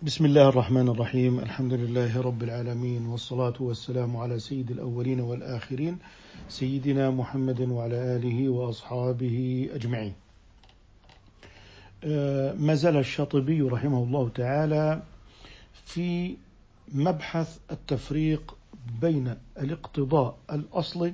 بسم الله الرحمن الرحيم. الحمد لله رب العالمين، والصلاة والسلام على سيد الأولين والآخرين سيدنا محمد وعلى آله وأصحابه أجمعين. ما زال الشاطبي رحمه الله تعالى في مبحث التفريق بين الاقتضاء الأصلي،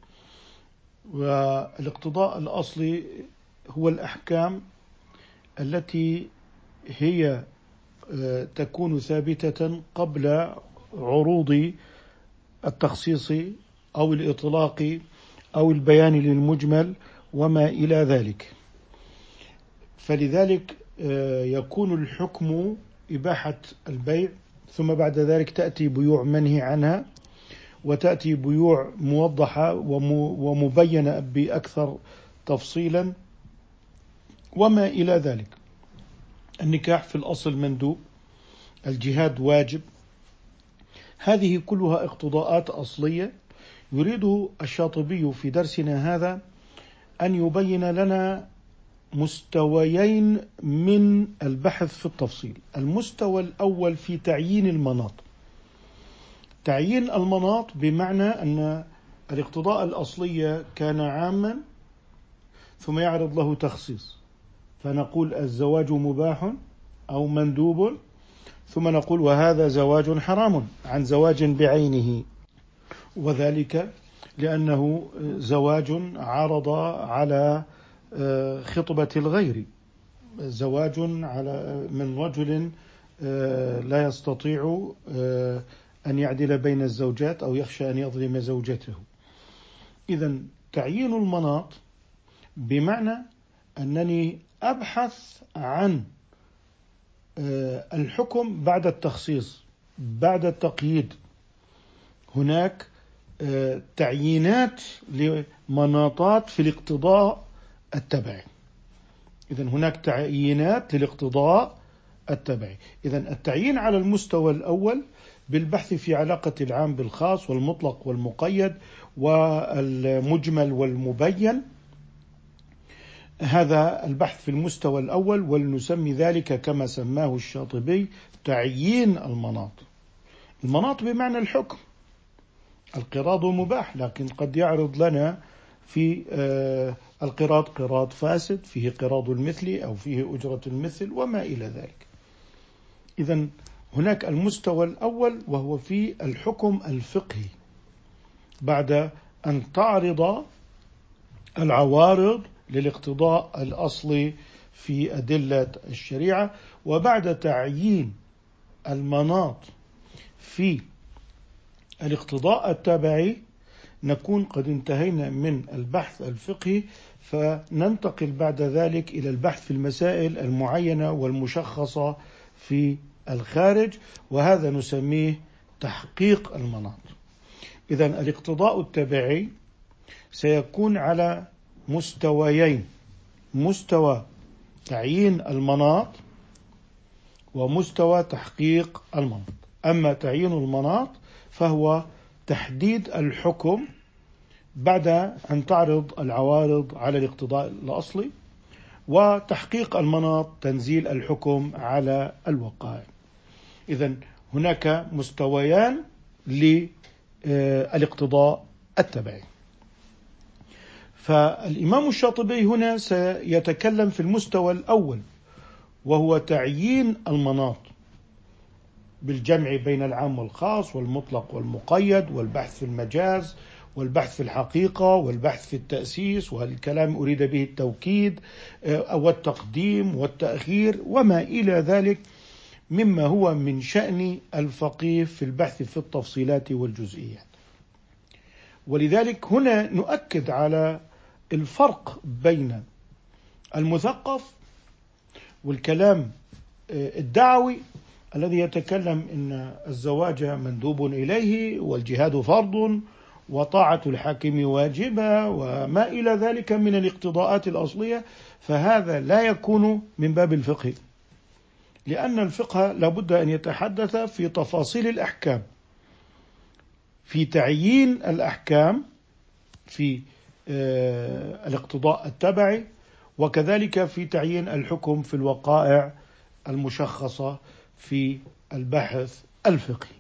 والاقتضاء الأصلي هو الأحكام التي هي تكون ثابتة قبل عروض التخصيص أو الإطلاق أو البيان للمجمل وما إلى ذلك. فلذلك يكون الحكم إباحة البيع، ثم بعد ذلك تأتي بيوع منهي عنها، وتأتي بيوع موضحة ومبينة بأكثر تفصيلا وما إلى ذلك. النكاح في الأصل مندوب، الجهاد واجب. هذه كلها اقتضاءات أصلية. يريد الشاطبي في درسنا هذا أن يبين لنا مستويين من البحث في التفصيل. المستوى الأول في تعيين المناط. تعيين المناط بمعنى أن الاقتضاء الأصلية كان عاما ثم يعرض له تخصيص، فنقول الزواج مباح أو مندوب، ثم نقول وهذا زواج حرام عن زواج بعينه، وذلك لأنه زواج عرض على خطبة الغير، زواج على من رجل لا يستطيع أن يعدل بين الزوجات أو يخشى أن يظلم زوجته. إذن تعيين المناط بمعنى أنني أبحث عن الحكم بعد التخصيص، بعد التقييد. هناك تعيينات لمناطات في الاقتضاء التبعي. إذن هناك تعيينات للاقتضاء التبعي. إذن التعيين على المستوى الأول بالبحث في علاقة العام بالخاص والمطلق والمقيد والمجمل والمبين، هذا البحث في المستوى الأول، ولنسمي ذلك كما سماه الشاطبي تعيين المناط. المناط بمعنى الحكم. القراض مباح، لكن قد يعرض لنا في القراض قراض فاسد، فيه قراض المثل أو فيه أجرة المثل وما إلى ذلك. إذن هناك المستوى الأول وهو في الحكم الفقهي، بعد أن تعرض العوارض للاقتضاء الأصلي في أدلة الشريعة، وبعد تعيين المناط في الاقتضاء التبعي نكون قد انتهينا من البحث الفقهي، فننتقل بعد ذلك إلى البحث في المسائل المعينة والمشخصة في الخارج، وهذا نسميه تحقيق المناط. إذن الاقتضاء التبعي سيكون على مستويين: مستوى تعيين المناط ومستوى تحقيق المناط. أما تعيين المناط فهو تحديد الحكم بعد أن تعرض العوارض على الاقتضاء الأصلي، وتحقيق المناط تنزيل الحكم على الوقائع. إذن هناك مستويان للاقتضاء التبعي. فالإمام الشاطبي هنا سيتكلم في المستوى الأول، وهو تعيين المناط بالجمع بين العام والخاص والمطلق والمقيد، والبحث في المجاز والبحث في الحقيقة والبحث في التأسيس، والكلام أريد به التوكيد أو التقديم والتأخير وما إلى ذلك مما هو من شأن الفقيه في البحث في التفصيلات والجزئيات. ولذلك هنا نؤكد على الفرق بين المثقف والكلام الدعوي الذي يتكلم إن الزواج مندوب إليه والجهاد فرض وطاعة الحاكم واجبة وما إلى ذلك من الاقتضاءات الأصلية. فهذا لا يكون من باب الفقه، لأن الفقه لابد أن يتحدث في تفاصيل الأحكام، في تعيين الأحكام في الاقتضاء التبعي، وكذلك في تعيين الحكم في الوقائع المشخصة في البحث الفقهي.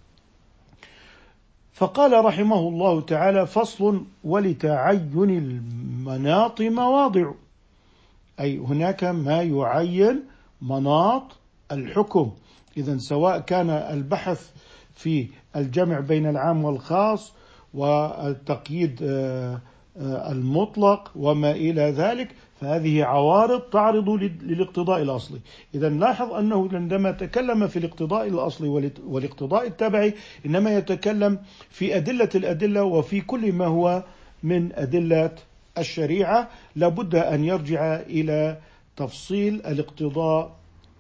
فقال رحمه الله تعالى: فصل: ولتعين المناط مواضع، أي هناك ما يعين مناط الحكم. إذن سواء كان البحث في الجمع بين العام والخاص والتقييد المطلق وما إلى ذلك، فهذه عوارض تعرض للاقتضاء الأصلي. إذن لاحظ أنه عندما تكلم في الاقتضاء الأصلي والاقتضاء التبعي إنما يتكلم في أدلة الأدلة وفي كل ما هو من أدلة الشريعة، لابد أن يرجع إلى تفصيل الاقتضاء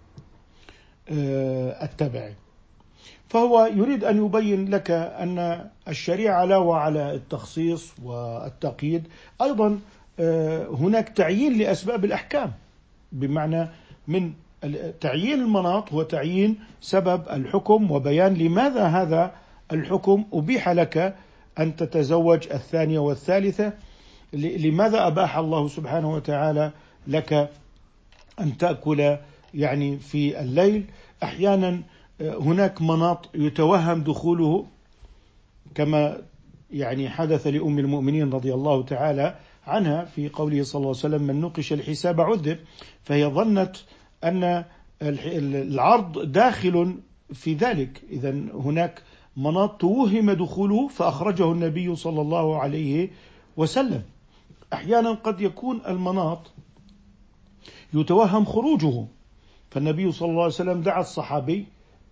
التبعي. فهو يريد أن يبين لك أن الشريعة علاوة على التخصيص والتقييد أيضا هناك تعيين لأسباب الأحكام، بمعنى من تعيين المناط هو تعيين سبب الحكم وبيان لماذا هذا الحكم أبيح لك أن تتزوج الثانية والثالثة، لماذا أباح الله سبحانه وتعالى لك أن تأكل يعني في الليل. أحيانا هناك مناط يتوهم دخوله، كما يعني حدث لأم المؤمنين رضي الله تعالى عنها في قوله صلى الله عليه وسلم: من نقش الحساب عذب، فهي ظنت أن العرض داخل في ذلك. إذن هناك مناط توهم دخوله فأخرجه النبي صلى الله عليه وسلم. أحيانا قد يكون المناط يتوهم خروجه، فالنبي صلى الله عليه وسلم دعا الصحابي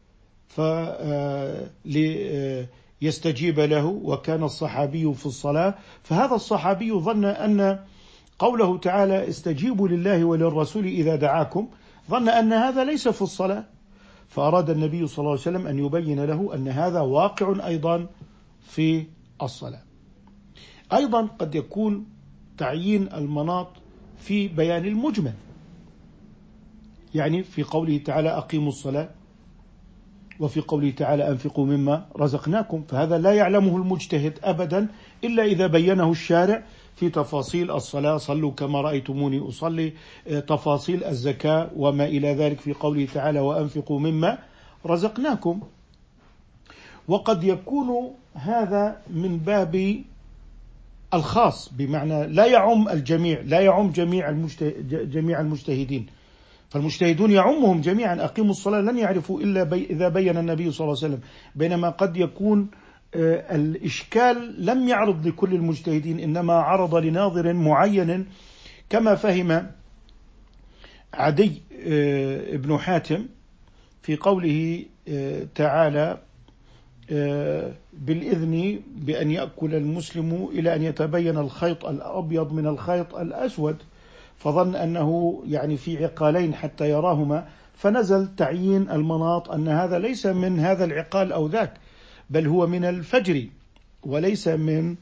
ليستجيب له، وكان الصحابي في الصلاة، فهذا الصحابي ظن أن قوله تعالى: استجيبوا لله وللرسول إذا دعاكم، ظن أن هذا ليس في الصلاة، فأراد النبي صلى الله عليه وسلم أن يبين له أن هذا واقع أيضا في الصلاة. أيضا قد يكون تعيين المناط في بيان المجمل، يعني في قوله تعالى: أقيموا الصلاة، وفي قوله تعالى: أنفقوا مما رزقناكم، فهذا لا يعلمه المجتهد أبدا إلا إذا بينه الشارع في تفاصيل الصلاة: صلوا كما رأيتموني أصلي، تفاصيل الزكاة وما إلى ذلك في قوله تعالى: وأنفقوا مما رزقناكم. وقد يكون هذا من باب الخاص، بمعنى لا يعم الجميع، لا يعم جميع المجتهدين، فالمجتهدون يعمهم جميعا: أقيموا الصلاة، لن يعرفوا إلا إذا بين النبي صلى الله عليه وسلم. بينما قد يكون الإشكال لم يعرض لكل المجتهدين، إنما عرض لناظر معين، كما فهم عدي بن حاتم في قوله تعالى: بالإذن بأن يأكل المسلم إلى أن يتبين الخيط الأبيض من الخيط الأسود، فظن أنه يعني في عقالين حتى يراهما، فنزل تعيين المناط أن هذا ليس من هذا العقال أو ذاك، بل هو من الفجر، وليس من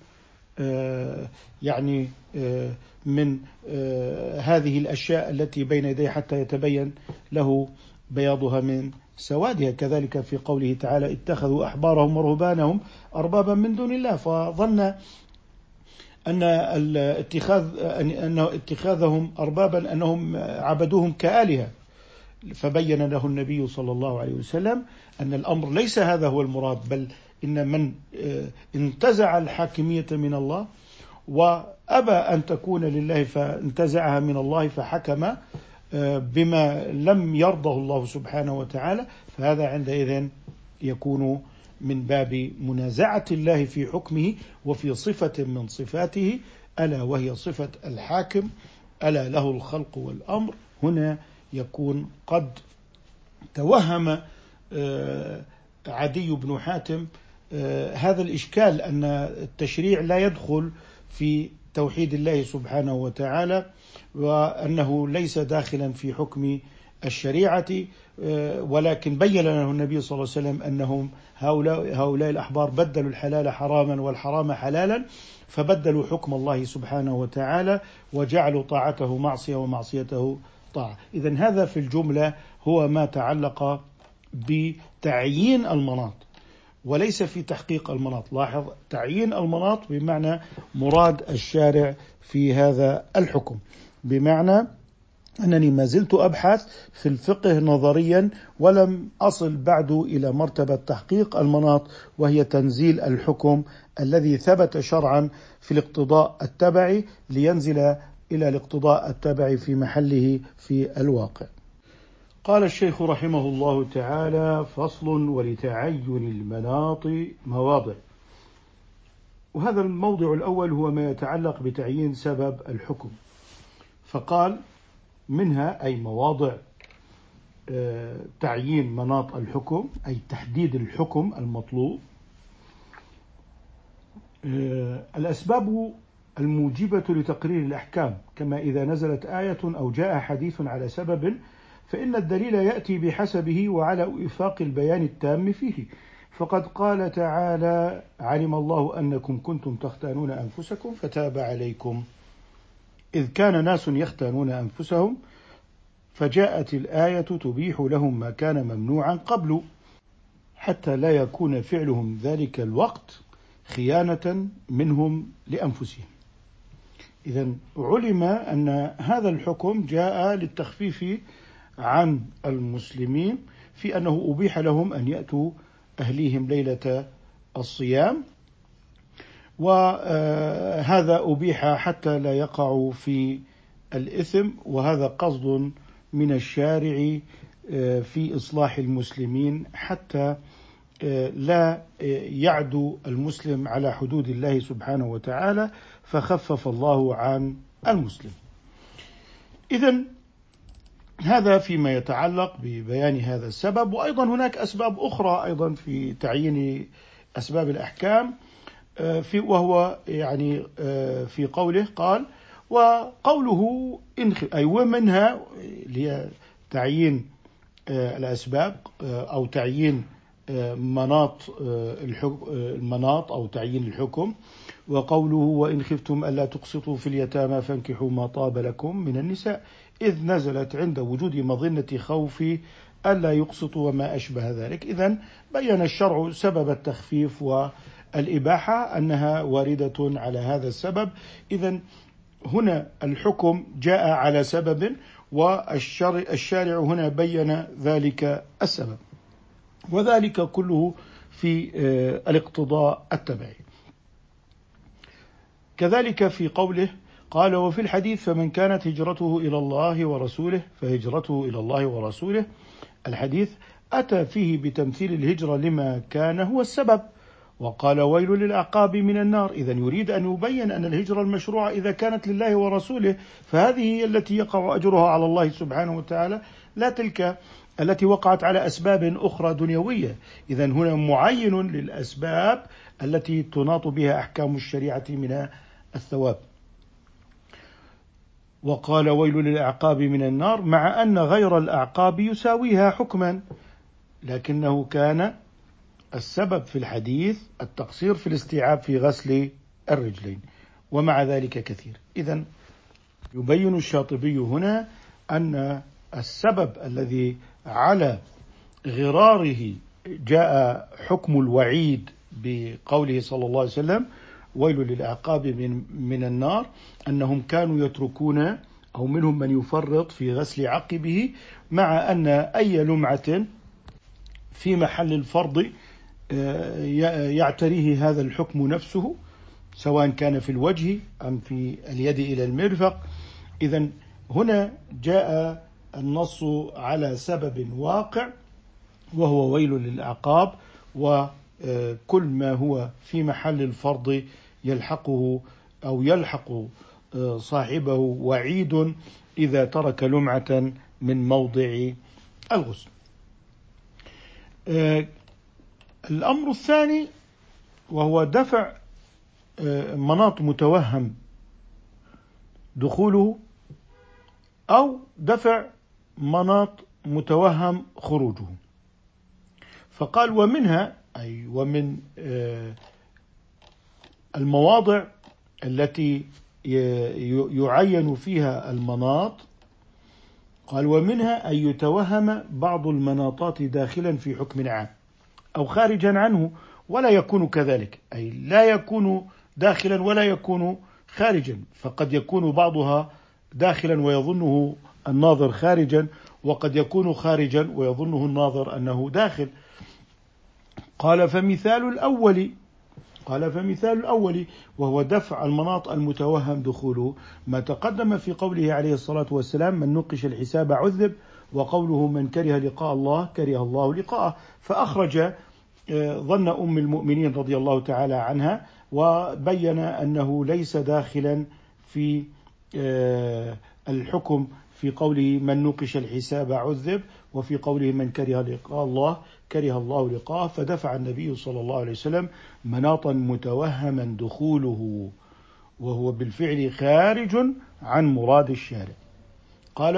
من هذه الأشياء التي بين يديه حتى يتبين له بياضها من سوادها. كذلك في قوله تعالى: اتخذوا أحبارهم ورهبانهم أربابا من دون الله، فظن أن اتخاذهم أربابا أنهم عبدوهم كآلهة، فبين له النبي صلى الله عليه وسلم أن الأمر ليس هذا هو المراد، بل إن من انتزع الحاكمية من الله وأبى أن تكون لله فانتزعها من الله فحكم بما لم يرضه الله سبحانه وتعالى، فهذا عندئذ يكون من باب منازعة الله في حكمه وفي صفة من صفاته، ألا وهي صفة الحاكم، ألا له الخلق والأمر. هنا يكون قد توهم عدي بن حاتم هذا الإشكال، أن التشريع لا يدخل في توحيد الله سبحانه وتعالى، وأنه ليس داخلا في حكم الشريعة، ولكن بين له النبي صلى الله عليه وسلم أنهم هؤلاء الأحبار بدلوا الحلال حراما والحرام حلالا، فبدلوا حكم الله سبحانه وتعالى وجعلوا طاعته معصية ومعصيته طاعة. إذن هذا في الجملة هو ما تعلق بتعيين المناط، وليس في تحقيق المناط. لاحظ، تعيين المناط بمعنى مراد الشارع في هذا الحكم، بمعنى أنني ما زلت أبحث في الفقه نظريا، ولم أصل بعد إلى مرتبة تحقيق المناط، وهي تنزيل الحكم الذي ثبت شرعا في الاقتضاء التبعي لينزل إلى الاقتضاء التبعي في محله في الواقع. قال الشيخ رحمه الله تعالى: فصل: ولتعين المناط مواضع. وهذا الموضع الأول هو ما يتعلق بتعيين سبب الحكم، فقال: منها أي مواضع تعيين مناط الحكم، أي تحديد الحكم المطلوب. الأسباب الموجبة لتقرير الأحكام، كما إذا نزلت آية أو جاء حديث على سبب فإن الدليل يأتي بحسبه وعلى وفاق البيان التام فيه. فقد قال تعالى: علم الله أنكم كنتم تختانون أنفسكم فتاب عليكم، إذ كان ناس يختانون أنفسهم فجاءت الآية تبيح لهم ما كان ممنوعا قبل، حتى لا يكون فعلهم ذلك الوقت خيانة منهم لأنفسهم. إذن علم أن هذا الحكم جاء للتخفيف عن المسلمين في أنه أبيح لهم أن يأتوا أهليهم ليلة الصيام، وهذا أبيح حتى لا يقعوا في الإثم، وهذا قصد من الشارع في إصلاح المسلمين حتى لا يعدو المسلم على حدود الله سبحانه وتعالى، فخفف الله عن المسلم. إذن هذا فيما يتعلق ببيان هذا السبب. وأيضا هناك أسباب أخرى أيضا في تعيين أسباب الأحكام، وهو يعني في قوله قال: وقوله أي ومنها تعيين الأسباب أو تعيين المناط أو تعيين الحكم. وقوله: وإن خفتم ألا تقسطوا في اليتامى فانكحوا ما طاب لكم من النساء، إذ نزلت عند وجود مظنة خوف ألا يقسطوا وما أشبه ذلك. إذن بيّن الشرع سبب التخفيف والإباحة أنها واردة على هذا السبب. إذن هنا الحكم جاء على سبب، والشارع هنا بيّن ذلك السبب، وذلك كله في الاقتضاء التبعي. كذلك في قوله قال: وفي الحديث: فمن كانت هجرته إلى الله ورسوله فهجرته إلى الله ورسوله. الحديث أتى فيه بتمثيل الهجرة لما كان هو السبب، وقال: ويل للأعقاب من النار. إذن يريد أن يبين أن الهجرة المشروعة إذا كانت لله ورسوله فهذه هي التي يقع أجرها على الله سبحانه وتعالى، لا تلك التي وقعت على أسباب أخرى دنيوية. إذن هنا معين للأسباب التي تناط بها أحكام الشريعة من الثواب. وقال: ويل للأعقاب من النار، مع أن غير الأعقاب يساويها حكما، لكنه كان السبب في الحديث التقصير في الاستيعاب في غسل الرجلين، ومع ذلك كثير. إذن يبين الشاطبي هنا أن السبب الذي على غراره جاء حكم الوعيد بقوله صلى الله عليه وسلم: ويل للأعقاب من النار، أنهم كانوا يتركون أو منهم من يفرط في غسل عقبه، مع أن أي لمعة في محل الفرض يعتريه هذا الحكم نفسه، سواء كان في الوجه أم في اليد إلى المرفق. إذن هنا جاء النص على سبب واقع وهو ويل للأعقاب، وكل ما هو في محل الفرض يلحقه أو يلحق صاحبه وعيد إذا ترك لمعة من موضع الغسل. الأمر الثاني وهو دفع مناط متوهم دخوله أو دفع مناط متوهم خروجه. فقال: ومنها أي ومن المواضع التي يعين فيها المناط، قال: ومنها أن يتوهم بعض المناطات داخلا في حكم عام أو خارجا عنه ولا يكون كذلك، أي لا يكون داخلا ولا يكون خارجا، فقد يكون بعضها داخلا ويظنه الناظر خارجا، وقد يكون خارجا ويظنه الناظر أنه داخل. قال فمثال الأول وهو دفع المناط المتوهم دخوله ما تقدم في قوله عليه الصلاة والسلام: من نقش الحساب عذب، وقوله: من كره لقاء الله كره الله لقاءه. فأخرج ظن أم المؤمنين رضي الله تعالى عنها، وبين أنه ليس داخلا في الحكم في قوله: من نقش الحساب عذب، وفي قوله: من كره لقاء الله كره الله لقاءه. فدفع النبي صلى الله عليه وسلم مناطا متوهما دخوله، وهو بالفعل خارج عن مراد الشارع. قال: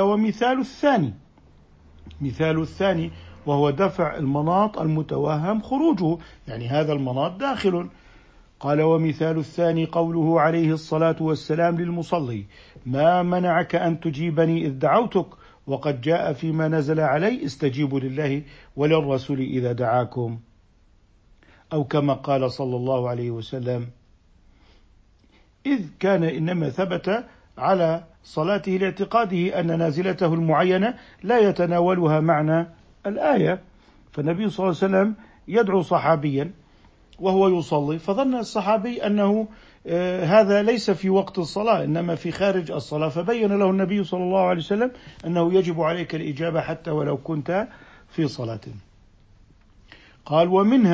مثال الثاني وهو دفع المناط المتوهم خروجه، يعني هذا المناط داخل. قال: ومثال الثاني قوله عليه الصلاة والسلام للمصلي: ما منعك أن تجيبني إذ دعوتك، وقد جاء فيما نزل علي: استجيبوا لله وللرسول إذا دعاكم. أو كما قال صلى الله عليه وسلم: إذ كان إنما ثبت على صلاته لاعتقاده أن نازلته المعينة لا يتناولها معنى الآية. فالنبي صلى الله عليه وسلم يدعو صحابيا وهو يصلي، فظن الصحابي أنه هذا ليس في وقت الصلاة إنما في خارج الصلاة، فبين له النبي صلى الله عليه وسلم أنه يجب عليك الإجابة حتى ولو كنت في صلاة. قال: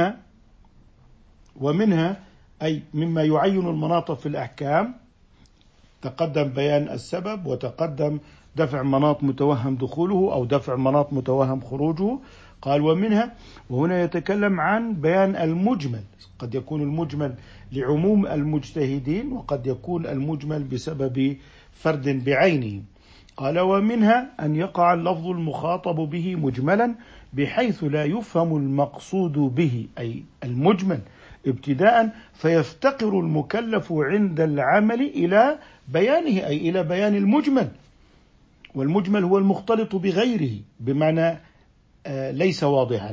ومنها أي مما يعين المناط في الأحكام، تقدم بيان السبب وتقدم دفع مناط متوهم دخوله أو دفع مناط متوهم خروجه. قال: ومنها، وهنا يتكلم عن بيان المجمل، قد يكون المجمل لعموم المجتهدين، وقد يكون المجمل بسبب فرد بعينه. قال: ومنها أن يقع اللفظ المخاطب به مجملا بحيث لا يفهم المقصود به، أي المجمل ابتداء، فيفتقر المكلف عند العمل إلى بيانه، أي إلى بيان المجمل. والمجمل هو المختلط بغيره، بمعنى ليس واضحا.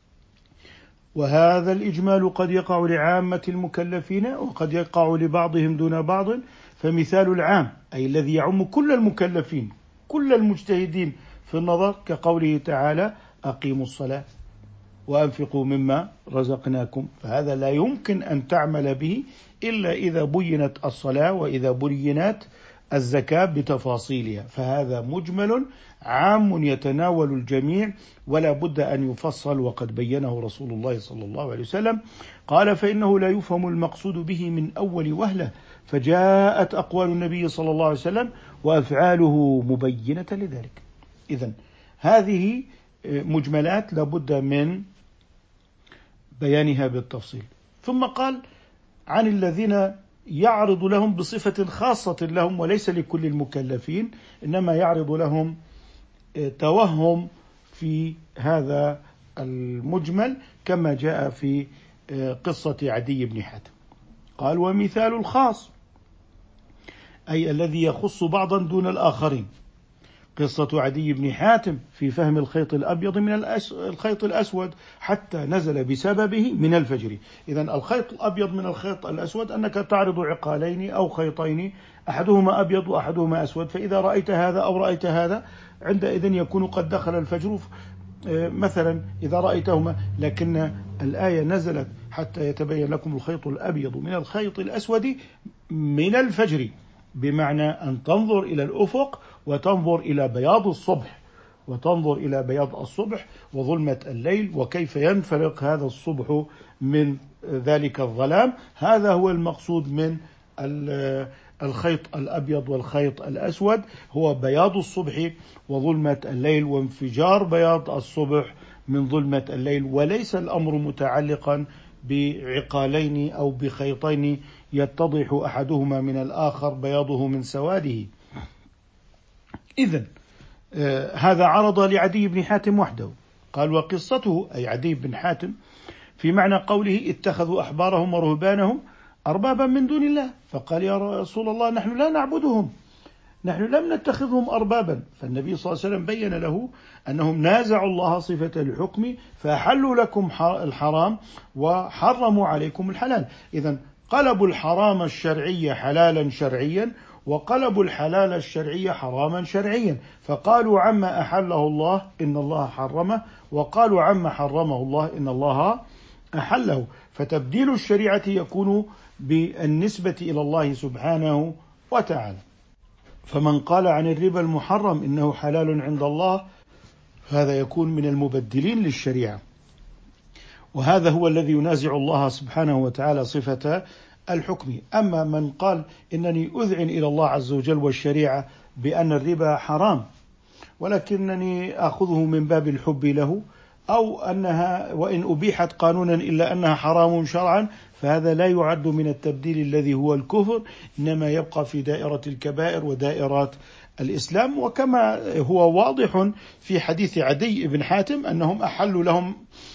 وهذا الإجمال قد يقع لعامة المكلفين وقد يقع لبعضهم دون بعض. فمثال العام أي الذي يعم كل المكلفين كل المجتهدين في النظر، كقوله تعالى: أقيموا الصلاة وأنفقوا مما رزقناكم. فهذا لا يمكن أن تعمل به إلا إذا بينت الصلاة وإذا بينت الزكاة بتفاصيلها، فهذا مجمل عام يتناول الجميع ولا بد أن يفصل، وقد بينه رسول الله صلى الله عليه وسلم. قال: فإنه لا يفهم المقصود به من أول وهلة، فجاءت أقوال النبي صلى الله عليه وسلم وأفعاله مبينة لذلك. إذن هذه مجملات لا بد من بيانها بالتفصيل. ثم قال عن الذين يعرض لهم بصفة خاصة لهم وليس لكل المكلفين، إنما يعرض لهم توهم في هذا المجمل كما جاء في قصة عدي بن حاتم. قال: ومثال الخاص أي الذي يخص بعضا دون الآخرين، قصة عدي بن حاتم في فهم الخيط الأبيض من الخيط الأسود حتى نزل بسببه من الفجر. إذن الخيط الأبيض من الخيط الأسود أنك تعرض عقالين أو خيطين، أحدهما أبيض وأحدهما أسود، فإذا رأيت هذا أو رأيت هذا عندئذ يكون قد دخل الفجر مثلا إذا رأيتهما. لكن الآية نزلت حتى يتبين لكم الخيط الأبيض من الخيط الأسود من الفجر، بمعنى أن تنظر إلى الأفق وتنظر إلى بياض الصبح، وتنظر إلى بياض الصبح وظلمة الليل، وكيف ينفرق هذا الصبح من ذلك الظلام. هذا هو المقصود من الخيط الأبيض والخيط الأسود، هو بياض الصبح وظلمة الليل وانفجار بياض الصبح من ظلمة الليل، وليس الأمر متعلقا بعقالين أو بخيطين يتضح أحدهما من الآخر بياضه من سواده. إذن هذا عرض لعدي بن حاتم وحده. قال: وقصته أي عدي بن حاتم في معنى قوله: اتخذوا أحبارهم ورهبانهم أربابا من دون الله. فقال: يا رسول الله، نحن لا نعبدهم، نحن لم نتخذهم أربابا. فالنبي صلى الله عليه وسلم بين له أنهم نازعوا الله صفة الحكم فأحلوا لكم الحرام وحرموا عليكم الحلال. إذن قلبوا الحرام الشرعي حلالا شرعيا، وقلبوا الحلال الشرعي حراما شرعيا، فقالوا عما أحله الله إن الله حرمه، وقالوا عما حرمه الله إن الله أحله. فتبديل الشريعة يكون بالنسبة إلى الله سبحانه وتعالى. فمن قال عن الربا المحرم إنه حلال عند الله، هذا يكون من المبدلين للشريعة، وهذا هو الذي ينازع الله سبحانه وتعالى صفة الحكم. أما من قال إنني أذعن إلى الله عز وجل والشريعة بأن الربا حرام، ولكنني أخذه من باب الحب له، أو أنها وإن أبيحت قانونا إلا أنها حرام شرعا، فهذا لا يعد من التبديل الذي هو الكفر، إنما يبقى في دائرة الكبائر ودائرة الإسلام. وكما هو واضح في حديث عدي بن حاتم أنهم أحلوا لهم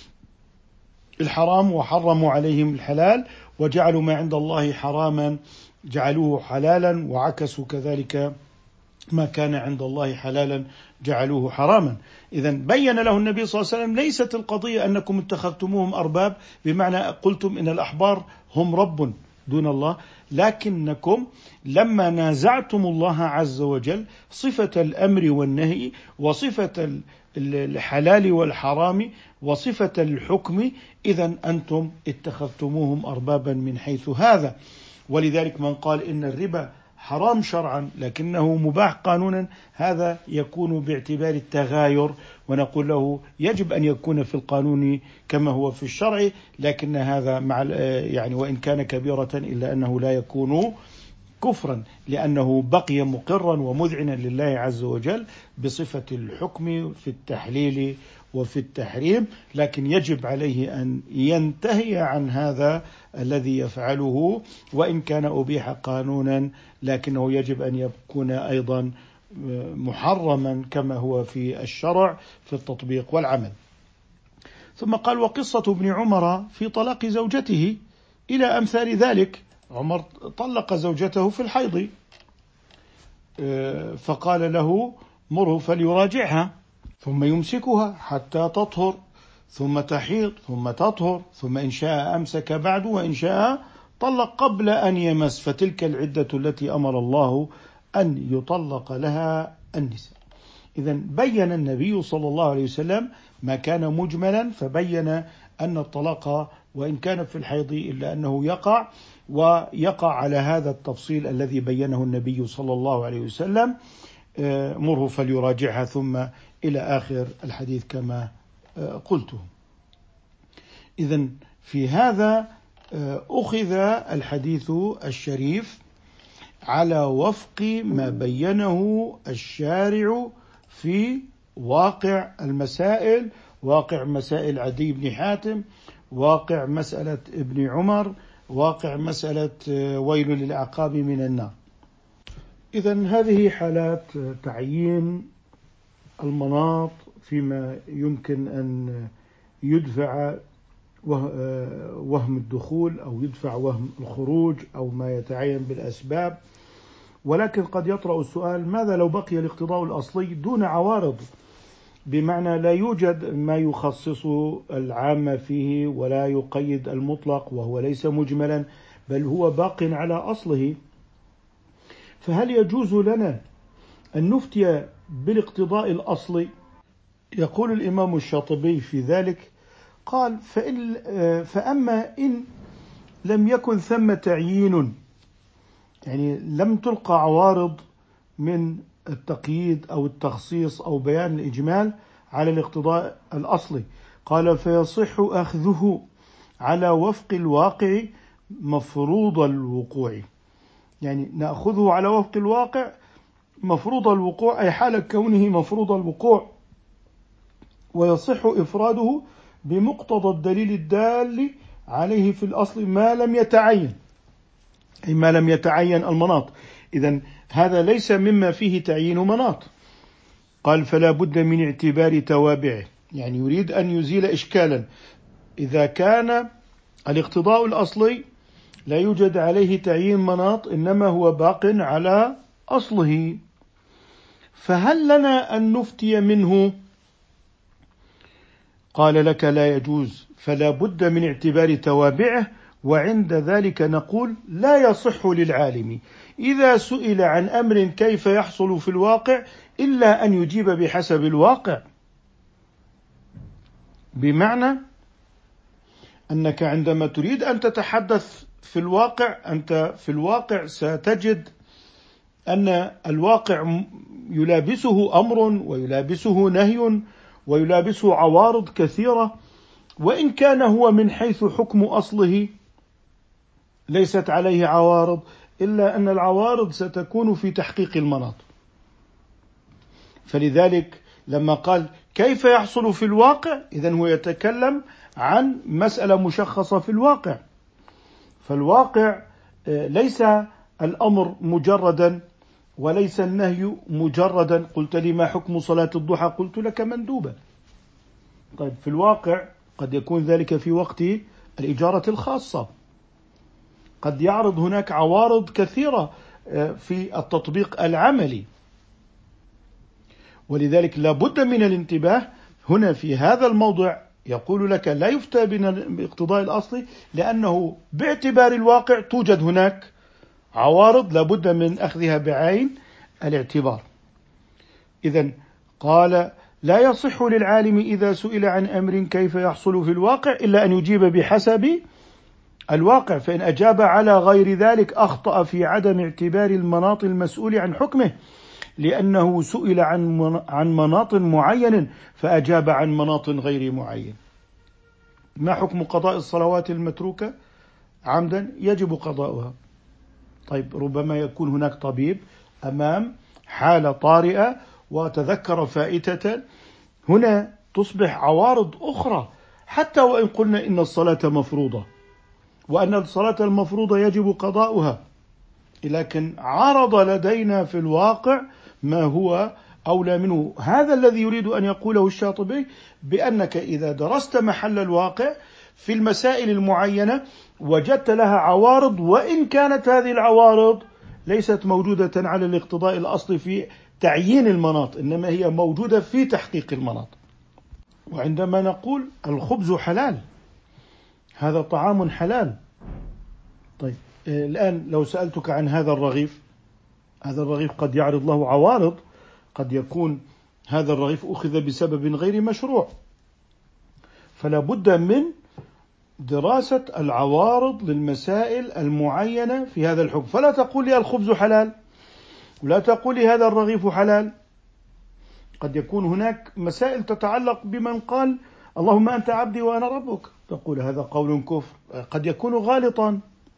الحرام وحرموا عليهم الحلال، وجعلوا ما عند الله حراما جعلوه حلالا، وعكسوا كذلك ما كان عند الله حلالا جعلوه حراما. إذن بين له النبي صلى الله عليه وسلم ليست القضية أنكم اتخذتموهم أرباب بمعنى قلتم إن الأحبار هم رب دون الله، لكنكم لما نازعتم الله عز وجل صفة الأمر والنهي وصفة الحلال والحرام وصفة الحكم، إذن أنتم اتخذتموهم أربابا من حيث هذا. ولذلك من قال إن الربا حرام شرعا لكنه مباح قانونا، هذا يكون باعتبار التغاير، ونقول له يجب أن يكون في القانون كما هو في الشرع، لكن هذا مع يعني وإن كان كبيرة إلا أنه لا يكون كفرا، لأنه بقي مقرا ومذعنا لله عز وجل بصفة الحكم في التحليل وفي التحريم، لكن يجب عليه أن ينتهي عن هذا الذي يفعله، وإن كان أبيح قانونا لكنه يجب أن يكون أيضا محرما كما هو في الشرع في التطبيق والعمل. ثم قال وقصة ابن عمر في طلاق زوجته إلى أمثال ذلك. عمر طلق زوجته في الحيض، فقال له مره فليراجعها، ثم يمسكها حتى تطهر، ثم تحيض، ثم تطهر، ثم إن شاء أمسك بعد، وإن شاء طلق قبل أن يمس، فتلك العدة التي أمر الله أن يطلق لها النساء. إذن بين النبي صلى الله عليه وسلم ما كان مجملا، فبين أن الطلاق وإن كان في الحيض إلا أنه يقع، ويقع على هذا التفصيل الذي بينه النبي صلى الله عليه وسلم، مره فليراجعها، ثم إلى آخر الحديث كما قلته. إذن في هذا أخذ الحديث الشريف على وفق ما بينه الشارع في واقع المسائل، واقع مسائل عدي بن حاتم، واقع مسألة ابن عمر، واقع مسألة ويل للأعقاب من النار. إذن هذه حالات تعيين المناط فيما يمكن أن يدفع وهم الدخول أو يدفع وهم الخروج أو ما يتعين بالأسباب. ولكن قد يطرأ السؤال: ماذا لو بقي الاقتضاء الأصلي دون عوارض، بمعنى لا يوجد ما يخصص العام فيه ولا يقيد المطلق، وهو ليس مجملا بل هو باق على أصله، فهل يجوز لنا أن نفتي بالاقتضاء الأصلي؟ يقول الإمام الشاطبي في ذلك، قال: فأما إن لم يكن ثم تعيين، يعني لم تلقى عوارض من التقييد أو التخصيص أو بيان الإجمال على الاقتضاء الأصلي، قال: فيصح أخذه على وفق الواقع مفروض الوقوع، يعني نأخذه على وفق الواقع مفروض الوقوع، أي حال كونه مفروض الوقوع، ويصح إفراده بمقتضى الدليل الدال عليه في الأصل ما لم يتعين، أي ما لم يتعين المناط. إذن هذا ليس مما فيه تعيين مناط. قال: فلا بد من اعتبار توابعه، يعني يريد أن يزيل إشكالا. إذا كان الاقتضاء الأصلي لا يوجد عليه تعيين مناط، إنما هو باق على أصله، فهل لنا أن نفتي منه؟ قال: لك لا يجوز، فلا بد من اعتبار توابعه وعند ذلك نقول لا يصح للعالم إذا سئل عن أمر كيف يحصل في الواقع إلا أن يجيب بحسب الواقع. بمعنى أنك عندما تريد أن تتحدث في الواقع، أنت في الواقع ستجد أن الواقع يلابسه أمر ويلابسه نهي ويلابسه عوارض كثيرة، وإن كان هو من حيث حكم أصله ليست عليه عوارض، إلا أن العوارض ستكون في تحقيق المناط. فلذلك لما قال كيف يحصل في الواقع، إذن هو يتكلم عن مسألة مشخصة في الواقع. فالواقع ليس الأمر مجردا وليس النهي مجردا. قلت لي ما حكم صلاة الضحى؟ قلت لك مندوبة. طيب في الواقع قد يكون ذلك في وقت الإجارة الخاصة، قد يعرض هناك عوارض كثيرة في التطبيق العملي، ولذلك لا بد من الانتباه هنا في هذا الموضع. يقول لك لا يفتى باقتضاء الأصل، لأنه باعتبار الواقع توجد هناك عوارض لا بد من أخذها بعين الاعتبار. إذن قال لا يصح للعالم إذا سئل عن أمر كيف يحصل في الواقع إلا أن يجيب بحسب الواقع، فإن أجاب على غير ذلك أخطأ في عدم اعتبار المناط المسؤول عن حكمه، لأنه سئل عن مناط معين فأجاب عن مناط غير معين. ما حكم قضاء الصلوات المتروكة عمدا؟ يجب قضاؤها. طيب ربما يكون هناك طبيب أمام حالة طارئة وتذكر فائتة، هنا تصبح عوارض أخرى. حتى وإن قلنا إن الصلاة مفروضة وأن الصلاة المفروضة يجب قضاؤها، لكن عرض لدينا في الواقع ما هو أولى منه. هذا الذي يريد أن يقوله الشاطبي، بأنك إذا درست محل الواقع في المسائل المعينة وجدت لها عوارض، وإن كانت هذه العوارض ليست موجودة على الاقتضاء الأصلي في تعيين المناط، إنما هي موجودة في تحقيق المناط. وعندما نقول الخبز حلال، هذا طعام حلال. طيب الآن لو سألتك عن هذا الرغيف، هذا الرغيف قد يعرض له عوارض، قد يكون هذا الرغيف أخذ بسبب غير مشروع، فلا بد من دراسة العوارض للمسائل المعينة في هذا الحكم. فلا تقول لي الخبز حلال ولا تقول لي هذا الرغيف حلال. قد يكون هناك مسائل تتعلق بمن قال اللهم أنت عبدي وأنا ربك، تقول هذا قول كفر. قد يكون غالطا،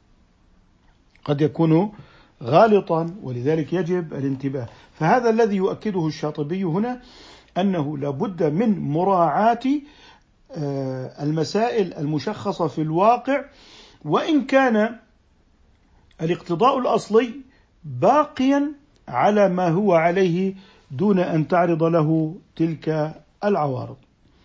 قد يكون غالطا، ولذلك يجب الانتباه. فهذا الذي يؤكده الشاطبي هنا، أنه لابد من مراعاة المسائل المشخصة في الواقع، وإن كان الاقتضاء الأصلي باقيا على ما هو عليه دون أن تعرض له تلك العوارض.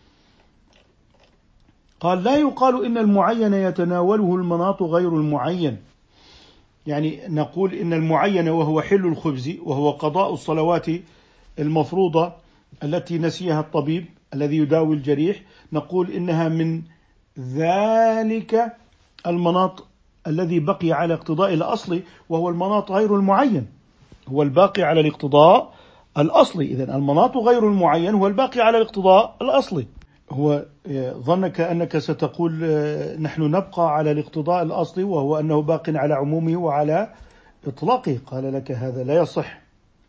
قال لا يقال إن المعين يتناوله المناط غير المعين. يعني نقول إن المعين وهو حل الخبز وهو قضاء الصلوات المفروضة التي نسيها الطبيب الذي يداوي الجريح، نقول إنها من ذلك المناط الذي بقي على اقتضاء الأصل، وهو المناط غير المعين، هو الباقي على الاقتضاء الأصلي. إذن المناط غير المعين هو الباقي على الاقتضاء الأصلي. هو ظنك أنك ستقول نحن نبقى على الاقتضاء الأصلي وهو أنه باق على عمومه وعلى إطلاقه. قال لك هذا لا يصح.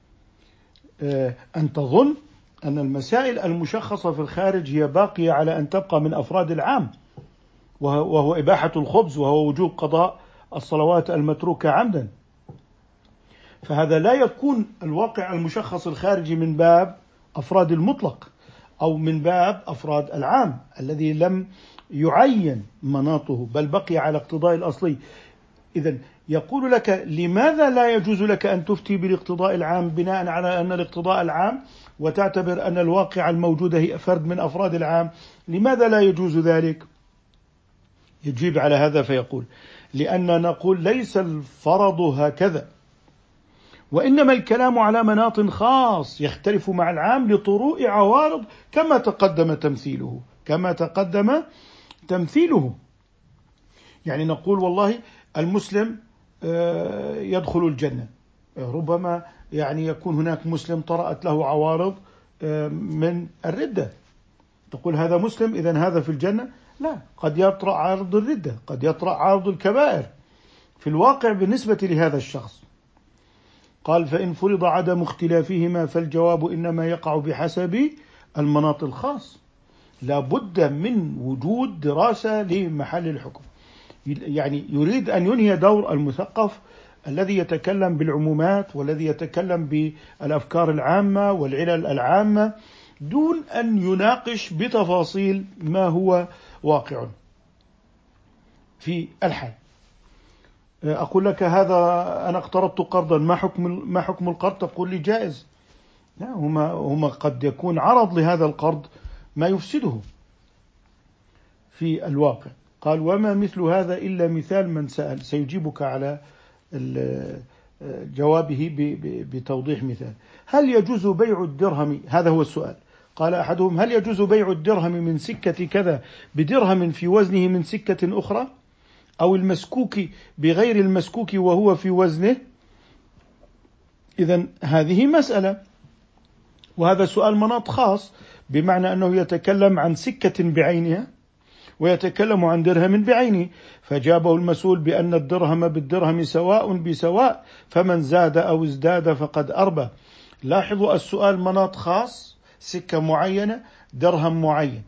أن تظن أن المسائل المشخصة في الخارج هي باقية على أن تبقى من أفراد العام، وهو إباحة الخبز وهو وجوب قضاء الصلوات المتروكة عمدا. فهذا لا يكون الواقع المشخص الخارجي من باب أفراد المطلق أو من باب أفراد العام الذي لم يعين مناطه بل بقي على اقتضاء الأصلي. إذن يقول لك لماذا لا يجوز لك أن تفتي بالاقتضاء العام بناء على أن الاقتضاء العام وتعتبر أن الواقع الموجودة هي فرد من أفراد العام؟ لماذا لا يجوز ذلك؟ يجيب على هذا فيقول لأن نقول ليس الفرض هكذا، وإنما الكلام على مناط خاص يختلف مع العام لطروء عوارض كما تقدم تمثيله. يعني نقول والله المسلم يدخل الجنة، ربما يعني يكون هناك مسلم طرأت له عوارض من الردة، تقول هذا مسلم إذن هذا في الجنة؟ لا، قد يطرأ عارض الردة، قد يطرأ عارض الكبائر في الواقع بالنسبة لهذا الشخص. قال فإن فرض عدم اختلافهما فالجواب إنما يقع بحسب المناط الخاص. لا بد من وجود دراسة لمحل الحكم. يعني يريد أن ينهي دور المثقف الذي يتكلم بالعمومات والذي يتكلم بالأفكار العامة والعلل العامة دون أن يناقش بتفاصيل ما هو واقع في الحال. أقول لك هذا أنا اقترضت قرضا، ما حكم القرض؟ تقول لي جائز. لا، هما قد يكون عرض لهذا القرض ما يفسده في الواقع. قال وما مثل هذا إلا مثال من سأل، سيجيبك على جوابه بتوضيح مثال. هل يجوز بيع الدرهم؟ هذا هو السؤال. قال أحدهم هل يجوز بيع الدرهم من سكة كذا بدرهم في وزنه من سكة أخرى، أو المسكوك بغير المسكوك وهو في وزنه؟ إذن هذه مسألة، وهذا سؤال مناط خاص، بمعنى أنه يتكلم عن سكة بعينها ويتكلم عن درهم بعينه. فجابه المسؤول بأن الدرهم بالدرهم سواء بسواء، فمن زاد أو ازداد فقد أربى. لاحظوا السؤال مناط خاص، سكة معينة، درهم معين،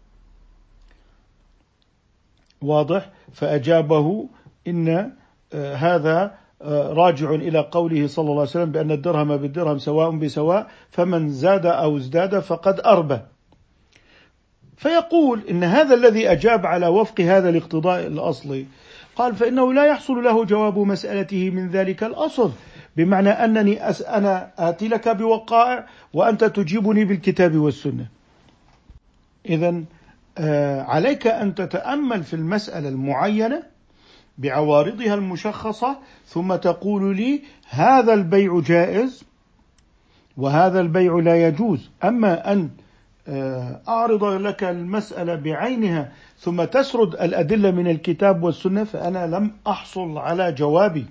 واضح؟ فأجابه إن هذا راجع إلى قوله صلى الله عليه وسلم بأن الدرهم بالدرهم سواء بسواء، فمن زاد أو ازداد فقد أربى. فيقول إن هذا الذي أجاب على وفق هذا الاقتضاء الأصلي، قال فإنه لا يحصل له جواب مسألته من ذلك الأصل، بمعنى أنني أنا آتي لك بوقائع وأنت تجيبني بالكتاب والسنة. إذن عليك أن تتأمل في المسألة المعينة بعوارضها المشخصة، ثم تقول لي هذا البيع جائز وهذا البيع لا يجوز. أما أن أعرض لك المسألة بعينها ثم تسرد الأدلة من الكتاب والسنة، فأنا لم أحصل على جوابي.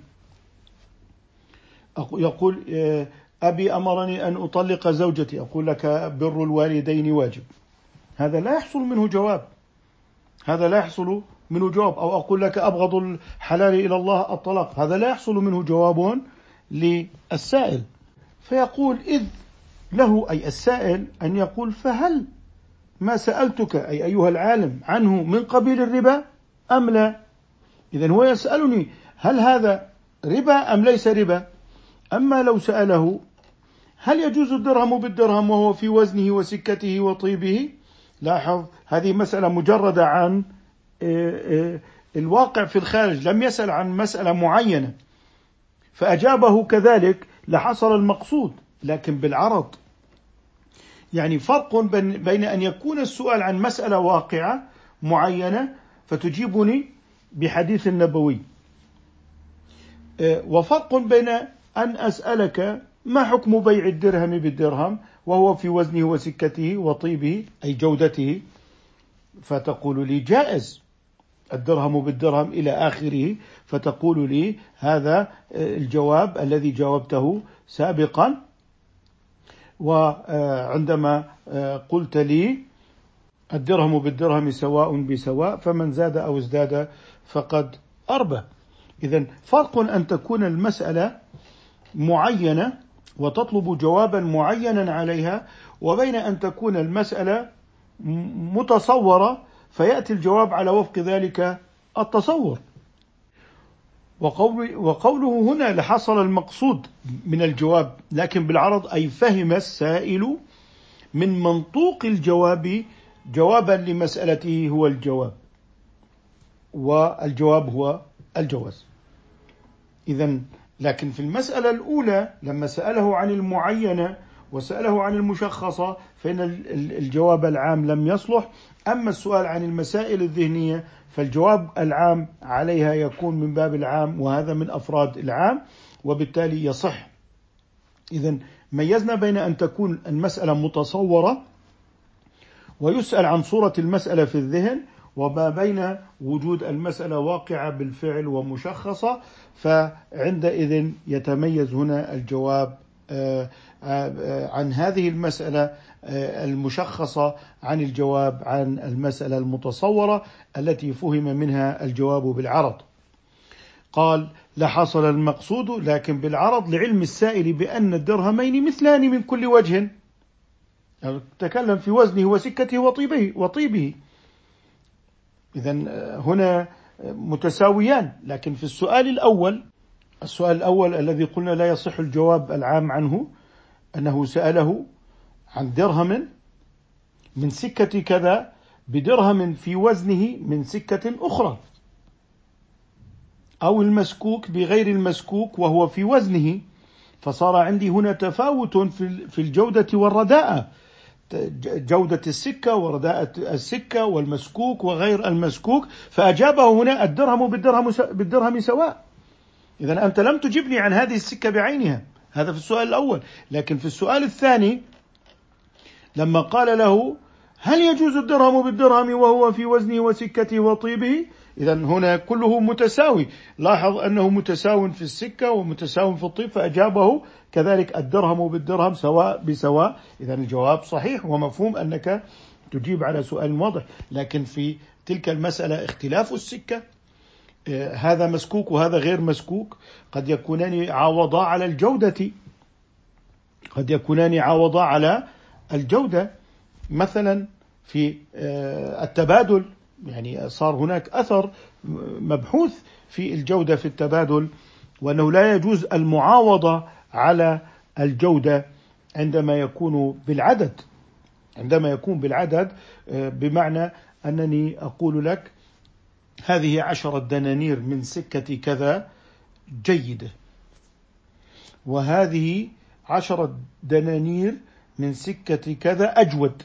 يقول أبي أمرني أن أطلق زوجتي، أقول لك بر الوالدين واجب، هذا لا يحصل منه جواب، هذا لا يحصل منه جواب. أو أقول لك أبغض الحلال إلى الله الطلاق، هذا لا يحصل منه جواب للسائل. فيقول إذ له أي السائل أن يقول فهل ما سألتك أي أيها العالم عنه من قبيل الربا أم لا؟ إذن هو يسألني هل هذا ربا أم ليس ربا. أما لو سأله هل يجوز الدرهم بالدرهم وهو في وزنه وسكته وطيبه، لاحظ هذه مسألة مجردة عن الواقع في الخارج، لم يسأل عن مسألة معينة، فأجابه كذلك لحصل المقصود لكن بالعرض. يعني فرق بين أن يكون السؤال عن مسألة واقعة معينة فتجيبني بحديث النبوي، وفرق بين أن أسألك ما حكم بيع الدرهم بالدرهم وهو في وزنه وسكته وطيبه أي جودته، فتقول لي جائز الدرهم بالدرهم إلى آخره، فتقول لي هذا الجواب الذي جاوبته سابقا. وعندما قلت لي الدرهم بالدرهم سواء بسواء، فمن زاد أو ازداد فقد أربى. إذن فرق أن تكون المسألة معينة وتطلب جوابا معينا عليها، وبين أن تكون المسألة متصورة فيأتي الجواب على وفق ذلك التصور. وقوله هنا لحصل المقصود من الجواب لكن بالعرض، أي فهم السائل من منطوق الجواب جوابا لمسألته هو الجواب، والجواب هو الجواز. إذن لكن في المسألة الأولى لما سأله عن المعينة وسأله عن المشخصة فإن الجواب العام لم يصلح. أما السؤال عن المسائل الذهنية فالجواب العام عليها يكون من باب العام، وهذا من أفراد العام وبالتالي يصح. إذن ميزنا بين أن تكون المسألة متصورة ويسأل عن صورة المسألة في الذهن، وما بين وجود المسألة واقعة بالفعل ومشخصة، فعندئذ يتميز هنا الجواب عن هذه المسألة المشخصة عن الجواب عن المسألة المتصورة التي فهم منها الجواب بالعرض. قال: لحصل المقصود لكن بالعرض لعلم السائل بأن الدرهمين مثلان من كل وجه. تكلم في وزنه وسكته وطيبه. إذن هنا متساويان. لكن في السؤال الأول الذي قلنا لا يصح الجواب العام عنه، أنه سأله عن درهم من سكة كذا بدرهم في وزنه من سكة أخرى، أو المسكوك بغير المسكوك وهو في وزنه، فصار عندي هنا تفاوت في الجودة والرداءة، جودة السكة ورداءة السكة والمسكوك وغير المسكوك، فأجابه هنا الدرهم بالدرهم سواء. إذن أنت لم تجبني عن هذه السكة بعينها، هذا في السؤال الأول. لكن في السؤال الثاني لما قال له: هل يجوز الدرهم بالدرهم وهو في وزنه وسكته وطيبه؟ إذن هنا كله متساوي. لاحظ أنه متساو في السكة ومتساو في الطيب، فأجابه كذلك الدرهم بالدرهم سواء بسواء. إذن الجواب صحيح ومفهوم أنك تجيب على سؤال واضح. لكن في تلك المسألة اختلاف السكة، هذا مسكوك وهذا غير مسكوك، قد يكونان عوضا على الجودة، مثلا في التبادل، يعني صار هناك أثر مبحوث في الجودة في التبادل، وأنه لا يجوز المعاوضة على الجودة عندما يكون بالعدد، بمعنى أنني أقول لك هذه 10 دنانير من سكة كذا جيدة، وهذه 10 دنانير من سكة كذا أجود،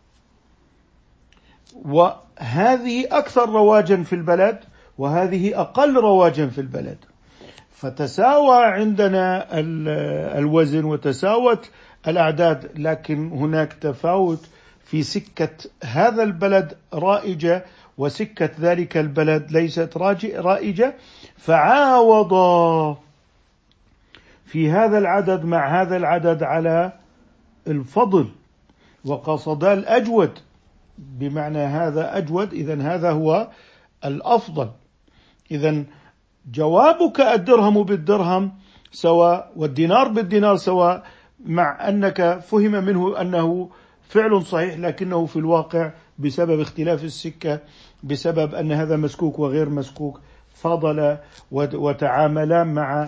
وهذه أكثر رواجا في البلد وهذه أقل رواجا في البلد. فتساوى عندنا الوزن وتساوت الأعداد، لكن هناك تفاوت في سكة هذا البلد رائجة وسكة ذلك البلد ليست رائجة، فعاوض في هذا العدد مع هذا العدد على الفضل، وقصد الأجود، بمعنى هذا أجود إذن هذا هو الأفضل. إذن جوابك الدرهم بالدرهم سواء والدينار بالدينار سواء، مع أنك فهم منه أنه فعل صحيح، لكنه في الواقع بسبب اختلاف السكة، بسبب أن هذا مسكوك وغير مسكوك، فضل وتعاملا مع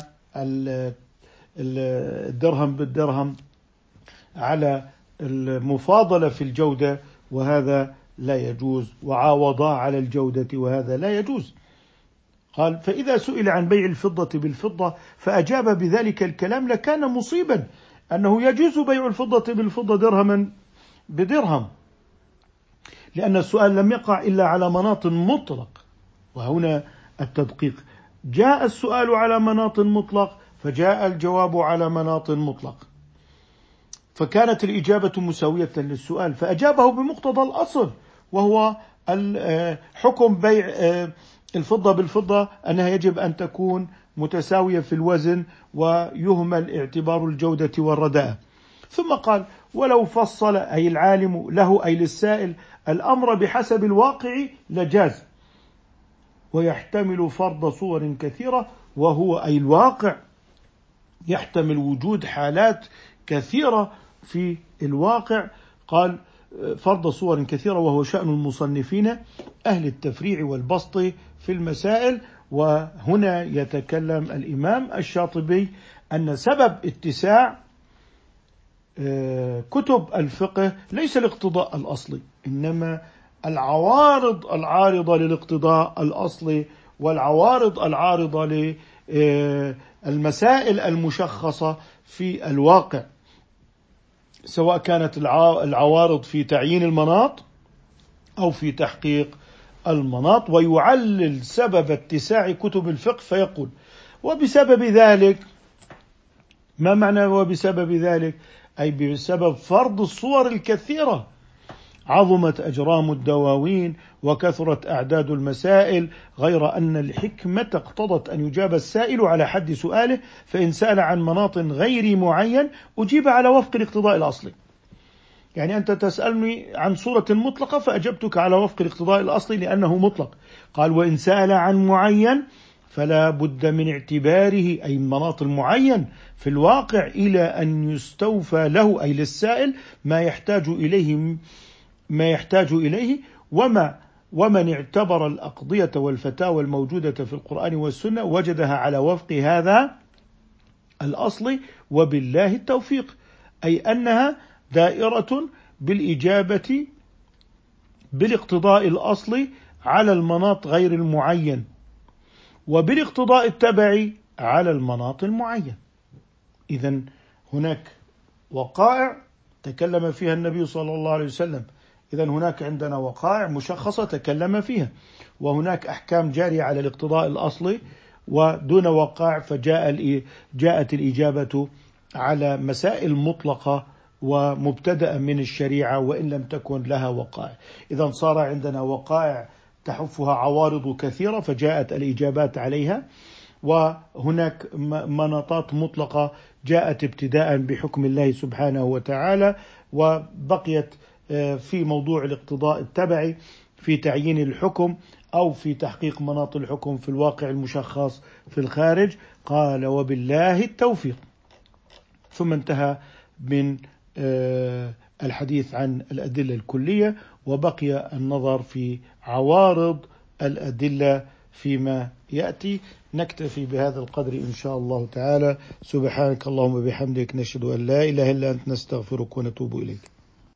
الدرهم بالدرهم على المفاضلة في الجودة، وهذا لا يجوز، وعاوضا على الجودة وهذا لا يجوز. قال: فإذا سئل عن بيع الفضة بالفضة فأجاب بذلك الكلام لكان مصيبا، أنه يجوز بيع الفضة بالفضة درهما بدرهم، لأن السؤال لم يقع إلا على مناط مطلق. وهنا التدقيق، جاء السؤال على مناط مطلق فجاء الجواب على مناط مطلق، فكانت الإجابة مساوية للسؤال، فأجابه بمقتضى الأصل، وهو حكم بيع الفضة بالفضة أنها يجب أن تكون متساوية في الوزن، ويهمل اعتبار الجودة والرداءة. ثم قال: ولو فصل أي العالم له أي للسائل الأمر بحسب الواقع لجاز، ويحتمل فرض صور كثيرة، وهو أي الواقع يحتمل وجود حالات كثيرة في الواقع. قال: فرض صور كثيرة، وهو شأن المصنفين أهل التفريع والبسط في المسائل. وهنا يتكلم الإمام الشاطبي أن سبب اتساع كتب الفقه ليس الاقتضاء الأصلي، إنما العوارض العارضة للاقتضاء الأصلي، والعوارض العارضة للمسائل المشخصة في الواقع، سواء كانت العوارض في تعيين المناط أو في تحقيق المناط. ويعلل سبب اتساع كتب الفقه فيقول: وبسبب ذلك. ما معنى وبسبب ذلك؟ أي بسبب فرض الصور الكثيرة عظمت أجرام الدواوين وكثرت أعداد المسائل، غير أن الحكمة اقتضت أن يجاب السائل على حد سؤاله، فإن سأل عن مناط غير معين أجيب على وفق الاقتضاء الأصلي. يعني أنت تسألني عن صورة مطلقة فأجبتك على وفق الاقتضاء الأصلي لأنه مطلق. قال وإن سأل عن معين فلا بد من اعتباره، أي مناط المعين في الواقع، إلى أن يستوفى له أي للسائل ما يحتاج إليه ومن اعتبر الأقضية والفتاوى الموجودة في القرآن والسنة وجدها على وفق هذا الأصل، وبالله التوفيق، أي أنها دائرة بالإجابة بالاقتضاء الأصلي على المناط غير المعين، وبالاقتضاء التبعي على المناط المعين. إذن هناك وقائع تكلم فيها النبي صلى الله عليه وسلم، إذن هناك عندنا وقائع مشخصة تكلم فيها، وهناك أحكام جارية على الاقتضاء الأصلي ودون وقائع، جاءت الإجابة على مسائل مطلقة ومبتدأ من الشريعة وإن لم تكن لها وقائع. إذن صار عندنا وقائع تحفها عوارض كثيرة فجاءت الإجابات عليها، وهناك مناطات مطلقة جاءت ابتداء بحكم الله سبحانه وتعالى، وبقيت في موضوع الاقتضاء التبعي في تعيين الحكم أو في تحقيق مناط الحكم في الواقع المشخص في الخارج. قال وبالله التوفيق. ثم انتهى من الحديث عن الأدلة الكلية، وبقي النظر في عوارض الأدلة فيما يأتي. نكتفي بهذا القدر إن شاء الله تعالى. سبحانك اللهم وبحمدك، نشهد أن لا إله إلا أنت، نستغفرك ونتوب إليك.